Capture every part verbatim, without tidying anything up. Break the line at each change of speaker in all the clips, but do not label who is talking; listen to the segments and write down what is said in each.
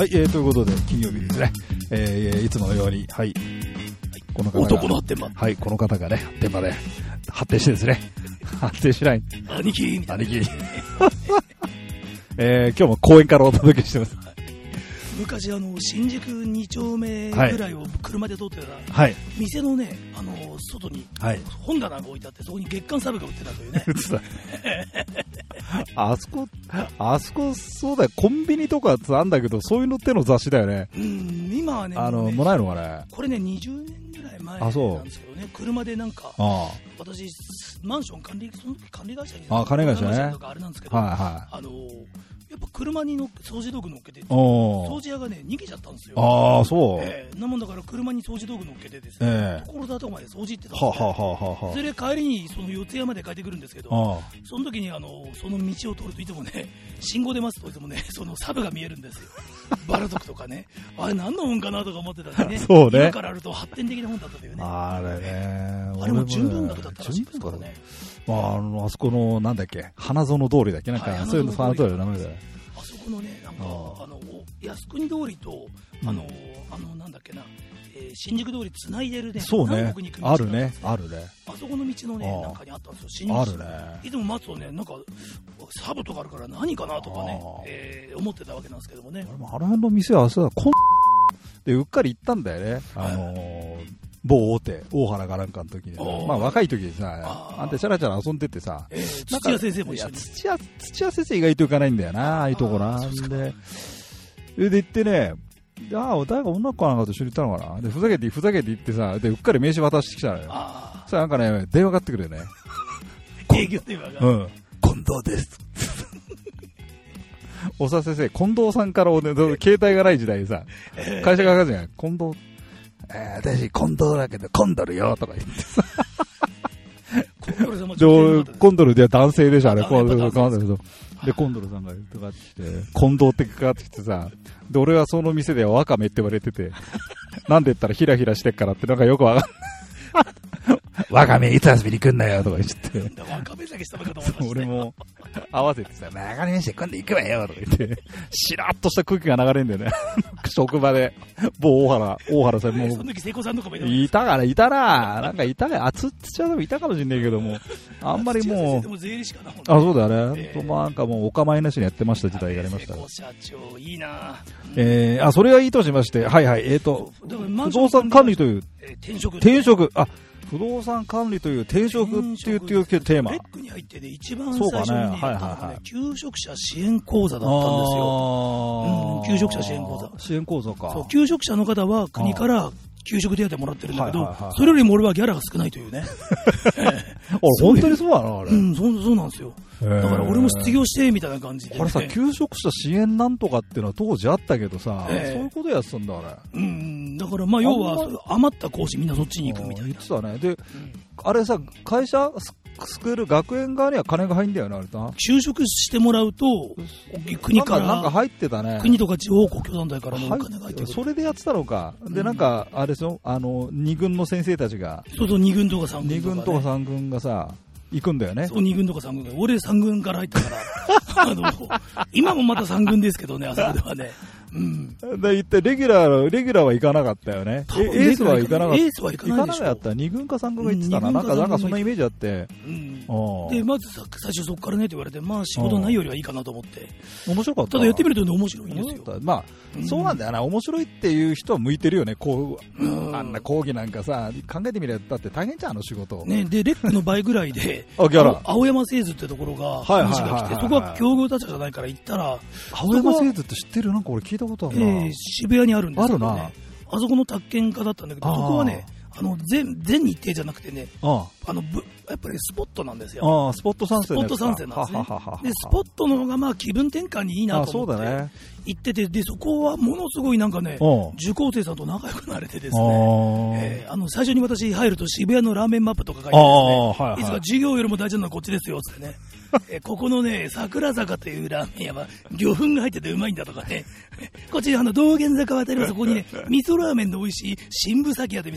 はい、えー、ということで金曜日ですね、えー、いつものように、はい、はい、この方が
男の発展場、
はい、この方がね発展場で発展してですね発展しない
兄貴みたいな
兄貴えー、今日も公園からお届けしてます。
昔あの新宿に丁目ぐらいを車で通ってたら、はい、店のねあの外に本棚が置いてあって、そこに月刊サブが売ってたというね
あそこあそこそうだよ、コンビニとかあんだけどそういうのっての雑誌だよね。
うん、今はね
あの
もうね
もうないのかね。
これねにじゅうねんぐらい前なんですけどね、車でなんか
ああ
私マンション管理その時管理会社に
あ管理会社ね
とかあれなんですけど、
はいはい、
あのやっぱ車にの掃除道具乗っけて掃除屋がね逃げちゃったんですよ。
ああそう、
えー、なもんだから車に掃除道具乗っけてですね、えー、所沢まで掃除行ってたんですよ、ね、ははははそれで帰りにその四ツ谷まで帰ってくるんですけど、その時にあのその道を通るといつもね信号で待つといつもねそのサブが見えるんですよバラ族とかね、あれ何の本かなとか思ってたんでねそうね、今からあると発展的な本だったというね。あれね、あれも純文学だったらしいですからね。
まあ、あのあそこのなんだっけ花園通りだっけなんか、はい、そういうの花園通りの名前だよ。
あそこのねなんかあの靖国通りとあの、うん、あのなんだっけな、えー、新宿通りつないでるね、
そうね、南国に行く道あるねあるね、
あそこの道のねなんかにあったんですよ。
あるね。
いつも待つとねなんかサブとかあるから何かなとかね、えー、思ってたわけなんですけどもね。
あの辺の店はさこんでうっかり行ったんだよね、あのーはい某大手大原かなんかの時に、まあ若い時にさ、あんたチャラチャラ遊んでてさ、
えー、土屋先生も一緒に。
土屋土屋先生意外と行かないんだよな、ああいうとこなんで。それで行ってね、ああ誰か女の子なんかと一緒に行ったのかな。でふざけてふざけて行ってさ、でうっかり名刺渡してきたのよ。そしたらなんかね電話かかってくるよね。
営業電話が。
うん。近藤です。おさ先生近藤さんからおね携帯がない時代にさ、会社がかかるじゃん。近藤。えー、私、コンドルだけど、コンドルよとか言ってさ。
コンドルさんも女性
コンドルでは男性でしょ、あれ。コンドル、コンドルと。で、コンドルさんがかかってきて、近藤ってかかってきてさ、で、俺はその店ではワカメって言われてて、なんで言ったらヒラヒラしてっからってなんかよくわかんない。ワカメいつ遊びに来んなよとか言って。
ワカメ酒したのかと思いました。
俺も合わせてさ、わかりました、今度行くわよとか言って、しらっとした空気が流れるんだよね。職場で、某大原、大原さんも。
その時聖子さんとかもいた
いたから、いたななんかいたが、あつっつちゃでもいたかもしれないけども、あんまりもう、
でも税理士かな、
あ、そうだよね。えー、まあなんかもうお構いなしにやってました時代がありました。
聖子社長、いいな
えー、あ、それはいいとしまして、はいはい、えーと、不動産管理という、
えー、転職。
転職、あ、不動産管理という転職っていうテーマ。
レックに入ってで一番最初にね、はいはいはい、求職者支援講座だったんですよ。うん、求職者支援講座。
支援講座か。
そう、求職者の方は国から給食手当もらってるんだけど、はいはいはいはい、それよりも俺はギャラが少ないというね。
あ、本当にそうなのあれ。
うん、そう、そうなんですよ。だから俺も失業してみたいな感じで、ね、
あれさ、求職者支援なんとかっていうのは当時あったけどさ、えー、そういうことやってたんだあれ。
うん、だからまあ要は余った講師みんなそっちに行くみたいな。言
ってたね。で、うん、あれさ、会社スクール学園側には金が入んだよねあれな。
就職してもらうと国から
なんか入ってたね。
国とか地方公共団体からのお金が入ってくる。
それでやってたのか。で、うん、なんかあれですよ、あの二軍の先生たちが、
そうそう、二軍とか三軍とか、ね、
二軍とか三軍がさ。行くんだよね。
そう、二軍とか三軍が。俺三軍から入ったから、あの、今もまた三軍ですけどね、あそこではね。うん。
で、一体レギュラー、レギュラーは行かなかったよね。エースは行かなかった。
エースは行かないでしょ。
行かなかった。二軍か三軍が行ってたな。なんか、なんかそんなイメージあって。
うん。で、まずさ、最初そこからねって言われて、まあ仕事ないよりはいいかなと思って。
面白かった。
ただやってみるとね、面白いんですよ。
まあ、そうなんだよな。面白いっていう人は向いてるよね。こう、あんな講義なんかさ、考えてみればだって大変じゃん、あの仕事。
ね、で、レックの倍ぐらいで、
あ、ギャラ。
青山製図ってところが話が来て、そこは競合他社じゃないから行ったら、
青山製図って知ってる？なんか俺聞いたことあるな。
えー、渋谷にあるんですけどね。あそこの宅建家だったんだけど、そこはね、あの全全日程じゃなくてね、ああのぶやっぱりスポットなんですよ。
ああ、スポット参戦。
スポット参戦なんですね。ははははでスポットの方がまあ気分転換にいいなと思って行ってて、でそこはものすごいなんかね、受講生さんと仲良くなれてですね、えー、あの最初に私入ると渋谷のラーメンマップとか書いてですね、はいはい、いつか授業よりも大事なのはこっちですよってね。えここのね桜坂というラーメン屋は魚粉が入っててうまいんだとかね、こっちあの道玄坂渡りはそこにね味噌ラーメンの美味しい新武崎屋という店があります。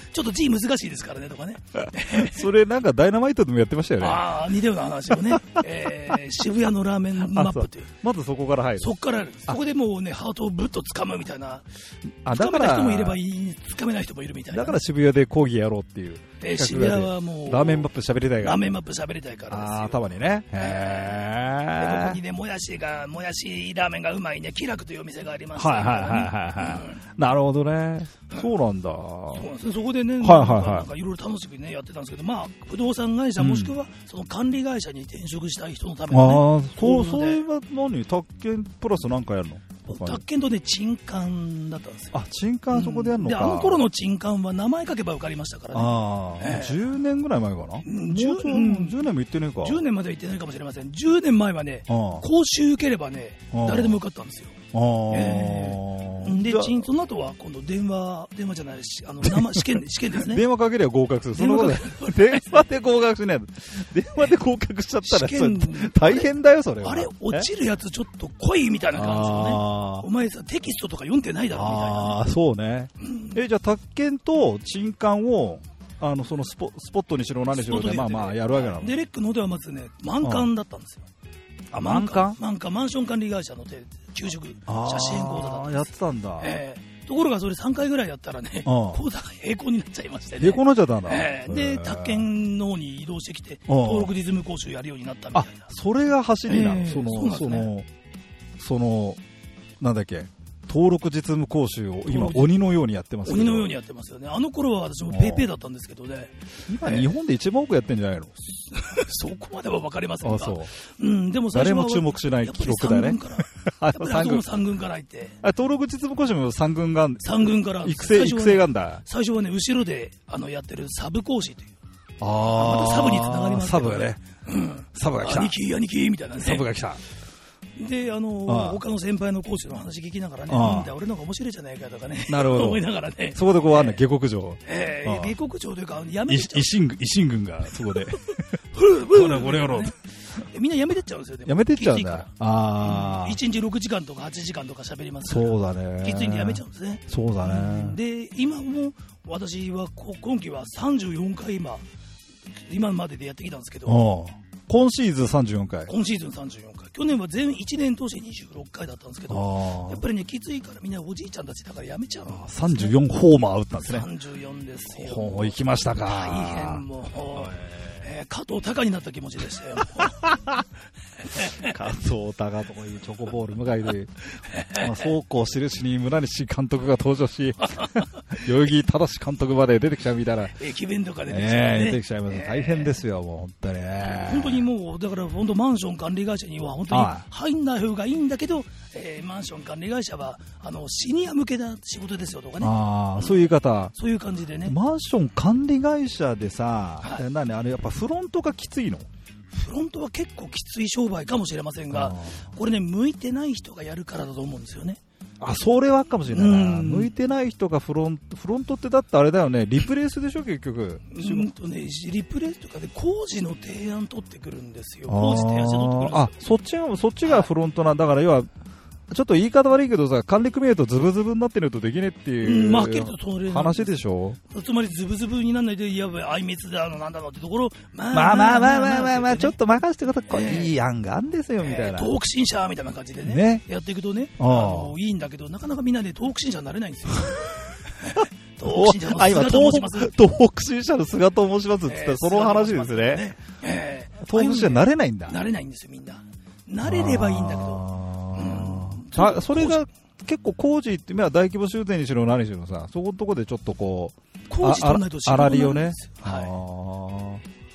ちょっと字難しいですからねとかね。
それなんかダイナマイトでもやってましたよね。
ああ、似たような話をね、えー、渋谷のラーメンマップという。
まずそこから入る。
そこから入る。そこでもうね、ハートをぶっと掴むみたいな。
あ、だから。
掴めた人もいればいい、掴めない人もいるみたいな。
だから渋谷で講義やろうっていう。
えー、渋谷はもう。
ラーメンマップ喋りたいから。
ラーメンマップ喋りたいからですよ。
ああ、たまにね。へ
ー。ここにね、もやしが、もやしラーメンがうまいね、気楽というお店があります、ね。
はいはいはいはいはい。うん、なるほどね。そうなんだ。
そうなんですね。そこでね、
はいはいはい。
なんかいろいろ楽しくね、やってたんですけど、まあ、不動産会社もしくは、その管理会社に転職したい人のための
ね。ああ、そう、それは何？宅建プラス何かやるの？
宅建とね、賃貸だったんですよ。
あ、賃貸そこでやるのか。
で、あの頃の賃貸は名前書けば受かりましたからね。
ああ、えー、じゅうねんぐらい前かな。
じゅう、うん、
じゅうねんも行ってないか。
じゅうねんまでは行ってないかもしれません。じゅうねんまえはね、講習受ければね、誰でも受かったんですよ。あえー、で、ちんその後は今度電話、電話じゃないし、あの生試験試験ですね。
電話かければ合格する。そのことで電話で合格しないと。電話で合格しちゃったらそれ大変だよそれは。
あれ落ちるやつちょっと濃いみたいな感じのね。お前さテキストとか読んでないだろみたいな、ね。
ああそうね。うん、えじゃあ宅建と賃貸をあのそのスポスポットにしろ何しろでまあまあやるわけなの。
でレックのではまずね満館だったんですよ。
あ満館？
満館マンション管理会社ので給食写真講座だったんです。
やってたんだ。
えーところがそれさんかいぐらいやったらね、講座が並行になっちゃいましてね。
並行になっちゃったんだ。
えー、で、宅建の方に移動してきて、登録実務講習やるようになったみたいな。
あ、それが走りなの、えー、その、そ、ね、の、その、なんだっけ、登録実務講習を今、鬼のようにやってます。
鬼のようにやってますよね。あの頃は私もペイペイだったんですけどね。
今、日本で一番多くやってんじゃないの？
そこまでは分かりませんが。
あ、そう。
うん、でも最初は
誰も注目しない記録だね。
さん軍さん軍から入って。
登録実務講習もさん軍が
さん軍から
育成、育成があんだ。
最初はね、後ろであのやってるサブ講師という。
ああ。
またサブにつながります
けど。サブがね。
うん。
サブが来た。
兄貴、兄貴みたいなね。
サブが来た。
で、あのー、他の先輩の講師の話聞きながらね、なんだ、俺の方が面白いじゃないかとかね。
なるほど。
思いながらね。
そこでこうあんの、下克上。
ええ、下克上というか、やめてっちゃう。
維新軍、維新軍がそこで。
ほら、
これやろう。
みんなやめてっちゃうんですよね。
やめてっちゃうんだ。あ
あ。いちにちろくじかんとかはちじかんとか喋ります
から。そうだね。
きついんでやめちゃうんですね。
そうだね。
で、今も、私は今期はさんじゅうよんかい今、今まででやってきたんですけど。
今シーズンさんじゅうよんかい。
今シーズンさんじゅうよんかい。去年は全いちねん通してにじゅうろっかいだったんですけど、やっぱりね、きついからみんなおじいちゃんたちだからやめちゃうの、ね。
さんじゅうよんホーマー打ったんですね。
さんじゅうよんですよ。
ほう、行きましたか。
大変もう、えー、加藤隆になった気持ちでしたよ。
加藤隆というチョコボール無害で、まあ、そうこう印に村西監督が登場し、代々木正監督まで出てきちゃうみたいな。
駅弁とか出てきちゃう、ね。
ね、出てきちゃいます。大変ですよ、もう本当にね。
本当にもう、だから本当マンション管理会社には本当に入んない方がいいんだけど、えー、マンション管理会社はあのシニア向けな仕事ですよとかね。
ああ、そういう言い方。
そういう感じでね。
マンション管理会社でさ、はい、何あれやっぱフロントがきついの？
フロントは結構きつい商売かもしれませんが、これね、向いてない人がやるからだと思うんですよね。
あ、それはあるかもしれないな。向いてない人がフロント、フロントってだってあれだよね、リプレイスでしょ、結局。
うんとね、リプレイスとかで工事の提案取ってくるんですよ。工事提案して取ってくるんですよ。
あ、そっちが、そっちがフロントなんだから、要は、ちょっと言い方悪いけどさ、管理組合とズブズブになってるとできねえっていう、うん、まあ、話でしょ。
つまりズブズブにならないで、いや、あいみつだのなんだのってところ、
まあまあまあまあまあまあ、まあ、ちょっと任せてください。えー、いい案があんですよ、みたいな。
東北新社みたいな感じでね、ねやっていくとね、あのいいんだけど、なかなかみんなね、東北新社になれないんですよ。東北新社の菅と申します。
東北新社の菅と申しますって言ったら、その話ですね。えー、東北新社になれないんだ。
なれないんですよ、みんな。なれればいいんだけど。
あ、それが結構工事って、大規模修繕にしろ何しろさ、そこのとこでちょっとこう、
工事取らないと仕事になるんですよ。
あらりをね。
はい、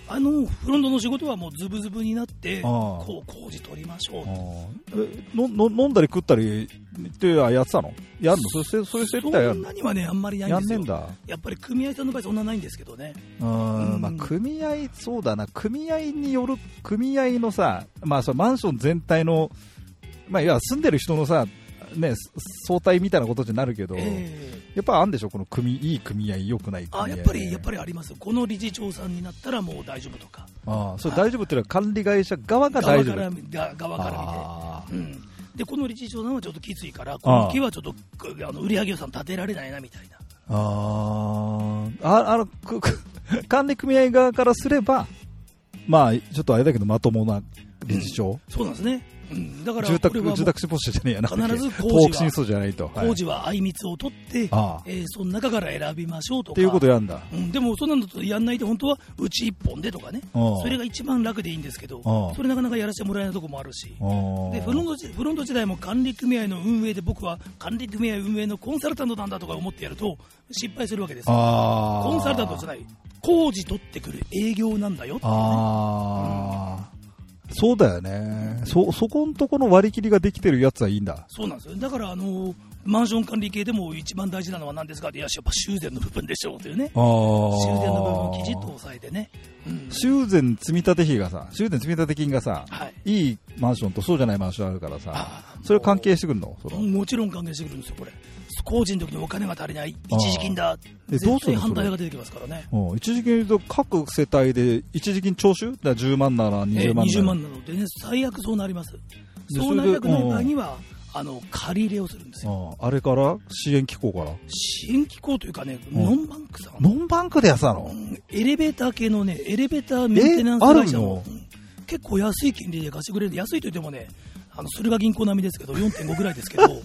あのフロントの仕事はもうズブズブになって、こう工事取りましょうと。
えのの飲んだり食ったりってやってたの？やるの？そしてそういう接待やるの？
そんなにはねあんまりないんですよ。
やんねんだ。
やっぱり組合さんの場合そんなないんですけどね。
うん、うん、まあ組合そうだな、組合による組合のさ、まあそのマンション全体のまあ、いや住んでる人のさ、ね、相対みたいなことになるけど、えー、やっぱあるんでしょ、この組いい組合、良くない組合、
あやっぱりやっぱりあります、この理事長さんになったらもう大丈夫とか、
あそれ大丈夫っていうのは管理会社側が大丈夫、
側から側から見て、うん、でこの理事長さんはちょっときついから、この期はちょっとあの売り上げ予算立てられないなみたいな。
ああ、あの、管理組合側からすれば、まあ、ちょっとあれだけど、まともな理事長、
うん、そうなんですね。うん、だから
住宅、住宅死没者じゃねえやな。
必ず工事は、
じゃないと。
工事はあいみつを取って、ああえー、その中から選びましょうとか。
っていうことやんだ。
うん、でも、そんなのとやんないで、本当はうち一本でとかね。それが一番楽でいいんですけど、それなかなかやらせてもらえないところもあるし。で、フロント、フロント時代も管理組合の運営で、僕は管理組合運営のコンサルタントなんだとか思ってやると、失敗するわけですよ。コンサルタントじゃない。工事取ってくる営業なんだよって、ね。あ
ーうんそうだよね。そ、そこのとこの割り切りができてるやつはいいんだ。
そうなんですよ。だから、あのー、マンション管理系でも一番大事なのは何ですかって、いや、やっぱ修繕の部分でしょうというね。あ修繕の部分をきちっと抑えてね。
うん、修繕積立費がさ、修繕積立金がさ、はい、いいマンションとそうじゃないマンションあるからさ、それ関係してくるの？その
もちろん関係してくるんですよ、これ。工事の時にお金が足りない、一時金だ、絶対反対が出てきますからね。
一時金と各世帯で一時金徴収だじゅうまんならにじゅうまんなら、えー、にじゅうまんなのでね、最悪そうなります。そうなりたくない場合には、あの借り入れをするんですよ。あ, あれから支援機構から
支援機構というかね、ノンバンクさん、
ノンバンクでやったの、うん、
エレベーター系のね、エレベーターメンテナンス会社も、うん、結構安い金利で貸してくれる。安いと言ってもね、あのそれが銀行並みですけど よんてんご ぐらいですけど、うん、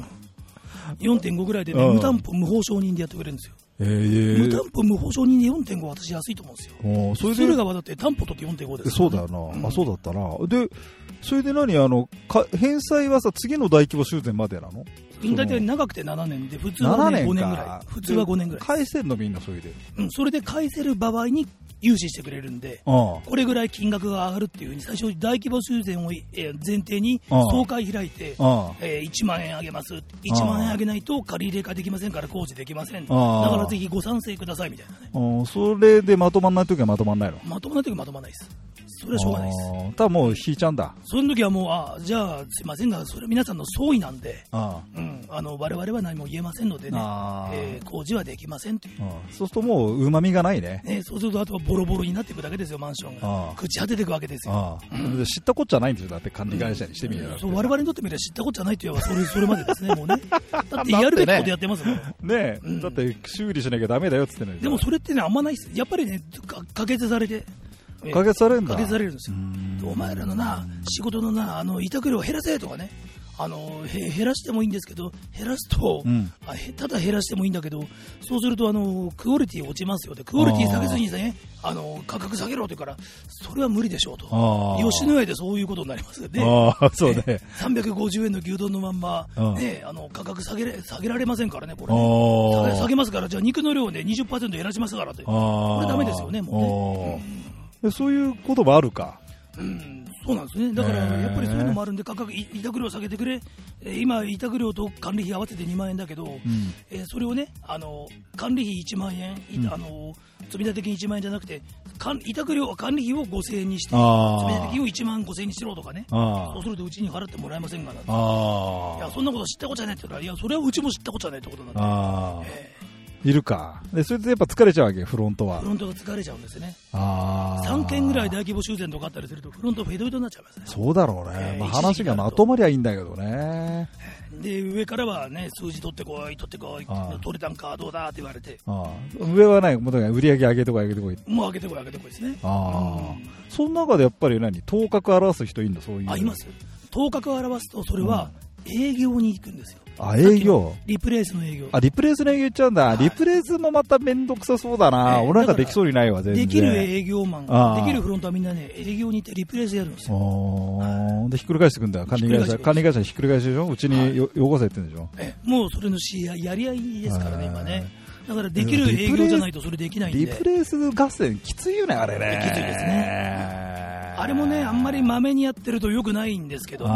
よんてんご ぐらいでね、無担保無保証人でやってくれるんですよ。えー、無担保無保証人で よんてんご 私安いと思うんですよ。それで駿河はだって担保取って よんてんご ですから、ね、
そうだよな、うん、あそうだったな。でそれで何あのか返済はさ次の大規模修繕までなの？
大体長くてななねんで普通は、ね、ごねんぐらい。普通はごねんぐらい。
返せんのみんなそれで。
うん、それで返せる場合に融資してくれるんで、ああこれぐらい金額が上がるっていうふうに最初大規模修繕を前提に総会開いて、ああえー、いちまんえんあげます。いちまんえんあげないと借り入れができませんから工事できません。だからぜひご賛成くださいみたいなね。
あそれでまとまんないときはまとまんないの？
まとまんないときはまとまんないです。それはしょうがないです。
ただもう引いちゃうんだ。
その時はもう、あじゃあすいませんが、それは皆さんの総意なんで、ああ、うん、あの我々は何も言えませんのでね、えー、工事はできませんという。
そうするともううまみがないね。
ね、そうするとあとはボロボロになっていくだけですよ、マンションが。朽ち果てていくわけですよ。
うん、知ったこっちゃないんですよ、だって管理会社にしてみれば、うん、
そう我々にとってみれば知ったこっちゃないというのはそれ、それまでですね、もうね。だってやるべきことやってますもん。ね
え、うん、だって修理しなきゃダメだよって言って
ね。でもそれってね、あんまないです。やっぱりね、可決されて。
可決されるんだ。
可決されるんですよ。お前らのな、仕事のな、あの委託料を減らせとかね、あのへ減らしてもいいんですけど、減らすと、うん、あただ減らしてもいいんだけど、そうするとあのクオリティ落ちますよで、クオリティ下げずにね、あの価格下げろというから、それは無理でしょうと。吉野家でそういうことになりますね。
あそうね。
さんびゃくごじゅうえんの牛丼のまんま、ね、あの価格下げれ下げられませんからね、これ、ね、下げ、下げますから、じゃあ肉の量をね にじゅっパーセント 減らしますからって、これダメですよね、もうね。
うん、そういうこともあるか。
うん、そうなんですね。だからやっぱりそういうのもあるんで、価格委託料下げてくれ。今委託料と管理費合わせてにまんえんだけど、うん、えー、それをね、あの管理費いちまんえん、うん、あの積立金いちまんえんじゃなくて、委託料管理費をごせんえんにして、積立金をいちまんごせんえんにしろとかね。そうするとうちに払ってもらえませんがな。いやそんなこと知ったことじゃないって言ったら、いやそれはうちも知ったことじゃないってことなんで。えー
いるか。で、それでやっぱ疲れちゃうわけ、フロントは。
フロントが疲れちゃうんですね。ああ。さんけんぐらい大規模修繕とかあったりすると、フロントフェドフェドになっちゃいますね。
そうだろうね。えー、まあ、話がまとまりゃいいんだけどね。
で、上からはね、数字取ってこい、取ってこい、取れたんか、どうだって言われて。
あ上はない、もう売り上げ上げてこい、上げてこい。
もう上げてこい、上げてこいですね。
ああ、うん。その中でやっぱり何、頭角表す人いるんだ、そういう。
あ、います。頭角表すと、それは営業に行くんですよ。
あ、営業
リプレイスの営業。
あ、リプレイスの営業行っちゃうんだ。はい、リプレイスもまためんどくさそうだな。えー、俺なんかできそうにないわ、全然。
できる営業マン、できるフロントはみんなね、営業に行ってリプレイスやるんですよ。
あで、ひっくり返してくんだ。管理会社、管理会社にひっくり返しでしょ、うちによ、よこせって言うんでしょ。
えー、もうそれのしや、やり合いですからね、今ね。だからできる営業じゃないとそれできないんで。
リプレイス合戦きついよね、あれね。
きついですね。あれもね、あんまりまめにやってるとよくないんですけどね。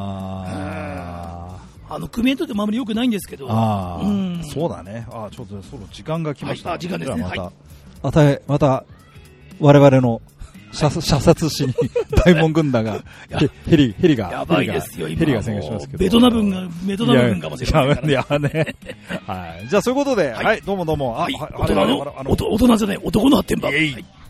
あの組合にとってもあまり良くないんですけど、あ、
うん、そうだね。あちょっとその時間が来ました。
はい、あ時間ですね。
また、
はい、
またまた我々の射殺しに大門軍団がヘリヘリが
やばいですよ。
ヘリが戦争しますけど。
ベトナム軍がベトナム軍かもしれないから。
いやいやね。はい。じゃあそういうことで、はい、はい、どうもどうも。
はい、大人の大人じゃない男の発展場。